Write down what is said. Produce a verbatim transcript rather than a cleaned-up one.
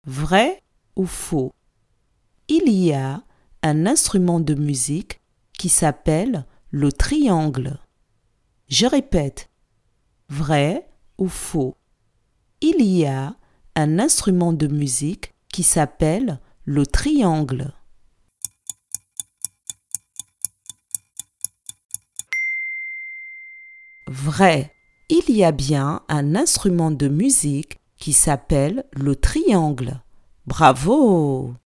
Vrai ou faux? Il y a un instrument de musique qui s'appelle le triangle. Je répète, vrai ou faux? Il y a un instrument de musique qui s'appelle le triangle. Vrai. Il y a bien un instrument de musique qui s'appelle le triangle. Bravo!